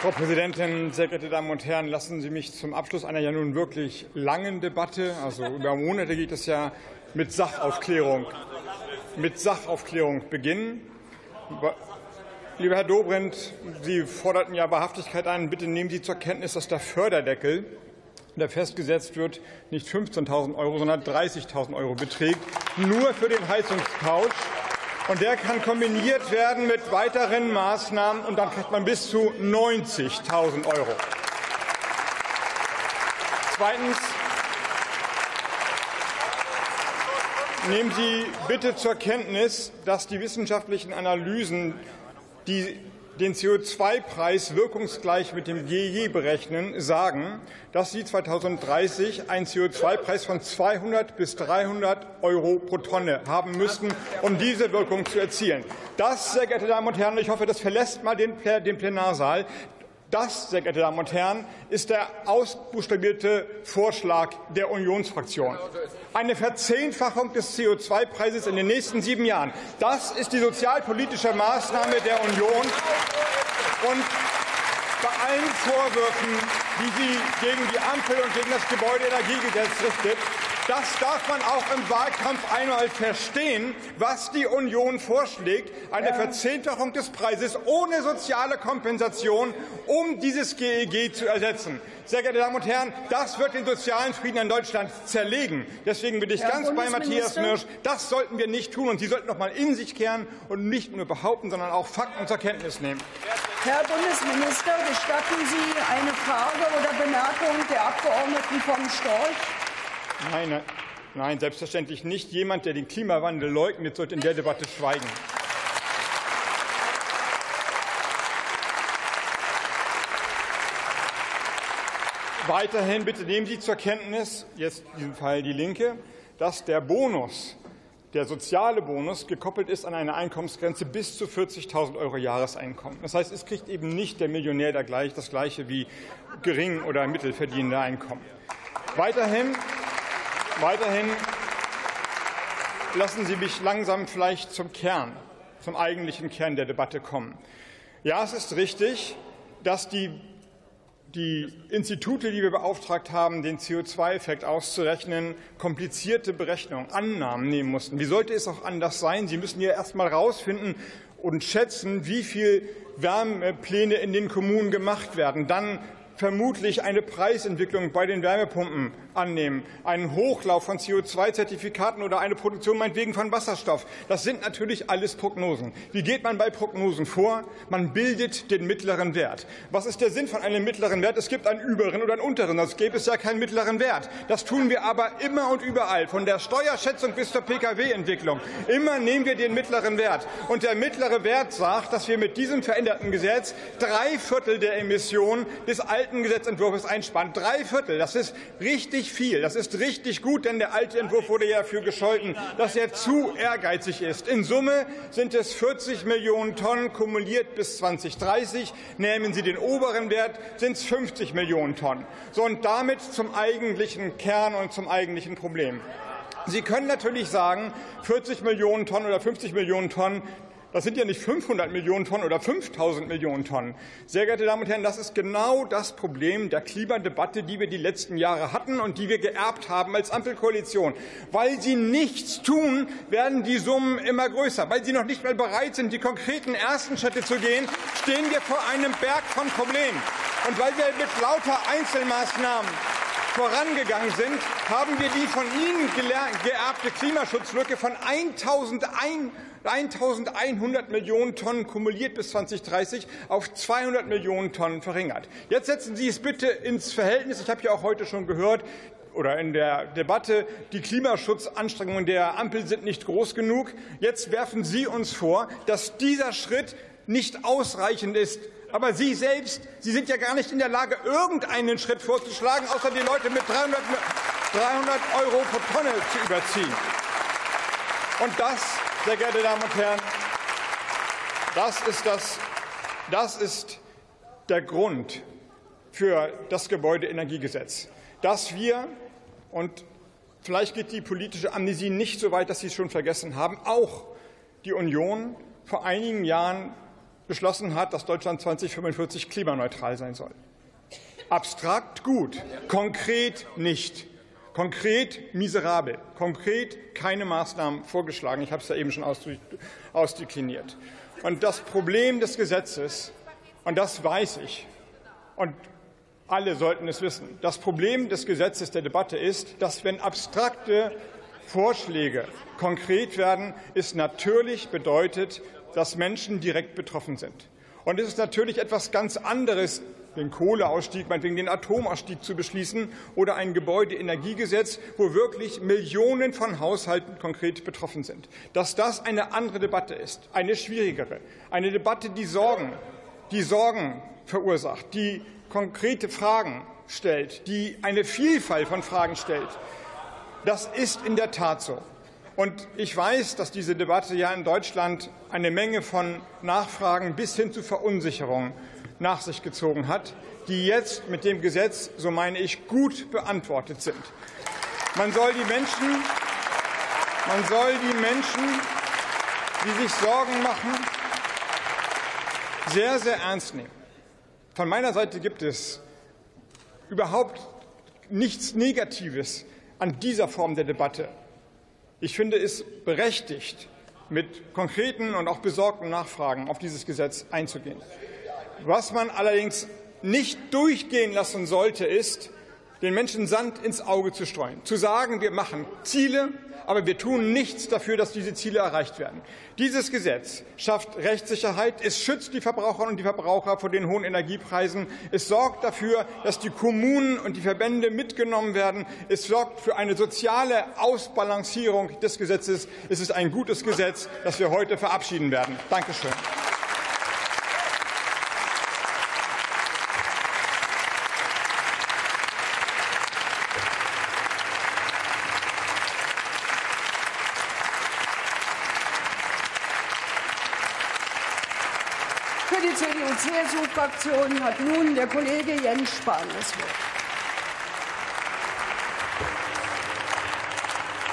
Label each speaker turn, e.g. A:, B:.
A: Frau Präsidentin, sehr geehrte Damen und Herren! Lassen Sie mich zum Abschluss einer ja nun wirklich langen Debatte, also über Monate geht es ja, mit Sachaufklärung beginnen. Lieber Herr Dobrindt, Sie forderten ja Wahrhaftigkeit ein. Bitte nehmen Sie zur Kenntnis, dass der Förderdeckel, der festgesetzt wird, nicht 15.000 €, sondern 30.000 € beträgt, nur für den Heizungstausch. Und der kann kombiniert werden mit weiteren Maßnahmen, und dann kriegt man bis zu 90.000 €. Zweitens. Nehmen Sie bitte zur Kenntnis, dass die wissenschaftlichen Analysen, die den CO2-Preis wirkungsgleich mit dem JJ berechnen, sagen, dass Sie 2030 einen CO2-Preis von 200 bis 300 € pro Tonne haben müssten, um diese Wirkung zu erzielen. Das, sehr geehrte Damen und Herren, ich hoffe, das verlässt mal den Plenarsaal. Das, sehr geehrte Damen und Herren, ist der ausbuchstabierte Vorschlag der Unionsfraktion. Eine Verzehnfachung des CO2-Preises in den nächsten 7 Jahren. Das ist die sozialpolitische Maßnahme der Union. Und bei allen Vorwürfen, die sie gegen die Ampel und gegen das Gebäudeenergiegesetz richtet, das darf man auch im Wahlkampf einmal verstehen, was die Union vorschlägt, eine Verzehnfachung des Preises ohne soziale Kompensation, um dieses GEG zu ersetzen. Sehr geehrte Damen und Herren, das wird den sozialen Frieden in Deutschland zerlegen. Deswegen bin ich ganz bei Matthias Mürsch. Das sollten wir nicht tun, und Sie sollten noch mal in sich kehren und nicht nur behaupten, sondern auch Fakten zur Kenntnis nehmen.
B: Herr Bundesminister, gestatten Sie eine Frage oder Bemerkung der Abgeordneten von Storch?
A: Nein, selbstverständlich nicht. Jemand, der den Klimawandel leugnet, sollte in der Debatte schweigen. Weiterhin bitte nehmen Sie zur Kenntnis, jetzt in diesem Fall die Linke, dass der Bonus, der soziale Bonus, gekoppelt ist an eine Einkommensgrenze bis zu 40.000 € Jahreseinkommen. Das heißt, es kriegt eben nicht der Millionär das Gleiche wie gering- oder mittelverdienende Einkommen. Weiterhin lassen Sie mich langsam vielleicht zum eigentlichen Kern der Debatte kommen. Ja, es ist richtig, dass die Institute, die wir beauftragt haben, den CO2-Effekt auszurechnen, komplizierte Berechnungen, Annahmen nehmen mussten. Wie sollte es auch anders sein? Sie müssen ja erst mal herausfinden und schätzen, wie viel Wärmepläne in den Kommunen gemacht werden, dann vermutlich eine Preisentwicklung bei den Wärmepumpen annehmen, einen Hochlauf von CO2-Zertifikaten oder eine Produktion meinetwegen von Wasserstoff. Das sind natürlich alles Prognosen. Wie geht man bei Prognosen vor? Man bildet den mittleren Wert. Was ist der Sinn von einem mittleren Wert? Es gibt einen überen oder einen unteren, sonst gäbe es ja keinen mittleren Wert. Das tun wir aber immer und überall, von der Steuerschätzung bis zur Pkw-Entwicklung. Immer nehmen wir den mittleren Wert. Und der mittlere Wert sagt, dass wir mit diesem veränderten Gesetz 3/4 der Emissionen des alten Gesetzentwurfs einsparen. 3/4, das ist richtig viel. Das ist richtig gut, denn der alte Entwurf wurde ja dafür gescholten, dass er zu ehrgeizig ist. In Summe sind es 40 Millionen Tonnen kumuliert bis 2030. Nehmen Sie den oberen Wert, sind es 50 Millionen Tonnen. So, und damit zum eigentlichen Kern und zum eigentlichen Problem. Sie können natürlich sagen, 40 Millionen Tonnen oder 50 Millionen Tonnen, das sind ja nicht 500 Millionen Tonnen oder 5.000 Millionen Tonnen. Sehr geehrte Damen und Herren, das ist genau das Problem der Klimadebatte, die wir die letzten Jahre hatten und die wir geerbt haben als Ampelkoalition. Weil Sie nichts tun, werden die Summen immer größer. Weil Sie noch nicht mehr bereit sind, die konkreten ersten Schritte zu gehen, stehen wir vor einem Berg von Problemen. Und weil wir mit lauter Einzelmaßnahmen vorangegangen sind, haben wir die von Ihnen geerbte Klimaschutzlücke von 1.100 Millionen Tonnen kumuliert bis 2030 auf 200 Millionen Tonnen verringert. Jetzt setzen Sie es bitte ins Verhältnis. Ich habe ja auch heute schon gehört, oder in der Debatte, die Klimaschutzanstrengungen der Ampel sind nicht groß genug. Jetzt werfen Sie uns vor, dass dieser Schritt nicht ausreichend ist. Aber Sie selbst, Sie sind ja gar nicht in der Lage, irgendeinen Schritt vorzuschlagen, außer die Leute mit 300 € pro Tonne zu überziehen. Und das, sehr geehrte Damen und Herren, das ist der Grund für das Gebäudeenergiegesetz, dass wir, und vielleicht geht die politische Amnesie nicht so weit, dass Sie es schon vergessen haben, auch die Union vor einigen Jahren beschlossen hat, dass Deutschland 2045 klimaneutral sein soll. Abstrakt gut, konkret nicht. Konkret miserabel, konkret keine Maßnahmen vorgeschlagen. Ich habe es ja eben schon ausdekliniert. Und das Problem des Gesetzes, und das weiß ich, und alle sollten es wissen, das Problem des Gesetzes der Debatte ist, dass, wenn abstrakte Vorschläge konkret werden, es natürlich bedeutet, dass Menschen direkt betroffen sind. Und es ist natürlich etwas ganz anderes, den Kohleausstieg, meinetwegen den Atomausstieg zu beschließen oder ein Gebäudeenergiegesetz, wo wirklich Millionen von Haushalten konkret betroffen sind. Dass das eine andere Debatte ist, eine schwierigere, eine Debatte, die Sorgen verursacht, die konkrete Fragen stellt, die eine Vielfalt von Fragen stellt. Das ist in der Tat so. Und ich weiß, dass diese Debatte ja in Deutschland eine Menge von Nachfragen bis hin zu Verunsicherung nach sich gezogen hat, die jetzt mit dem Gesetz, so meine ich, gut beantwortet sind. Man soll die Menschen, die sich Sorgen machen, sehr, sehr ernst nehmen. Von meiner Seite gibt es überhaupt nichts Negatives an dieser Form der Debatte. Ich finde es berechtigt, mit konkreten und auch besorgten Nachfragen auf dieses Gesetz einzugehen. Was man allerdings nicht durchgehen lassen sollte, ist, den Menschen Sand ins Auge zu streuen, zu sagen, wir machen Ziele, aber wir tun nichts dafür, dass diese Ziele erreicht werden. Dieses Gesetz schafft Rechtssicherheit, es schützt die Verbraucherinnen und die Verbraucher vor den hohen Energiepreisen, es sorgt dafür, dass die Kommunen und die Verbände mitgenommen werden, es sorgt für eine soziale Ausbalancierung des Gesetzes. Es ist ein gutes Gesetz, das wir heute verabschieden werden. Danke schön.
B: Für die CDU-CSU-Fraktion hat nun der Kollege Jens Spahn das Wort.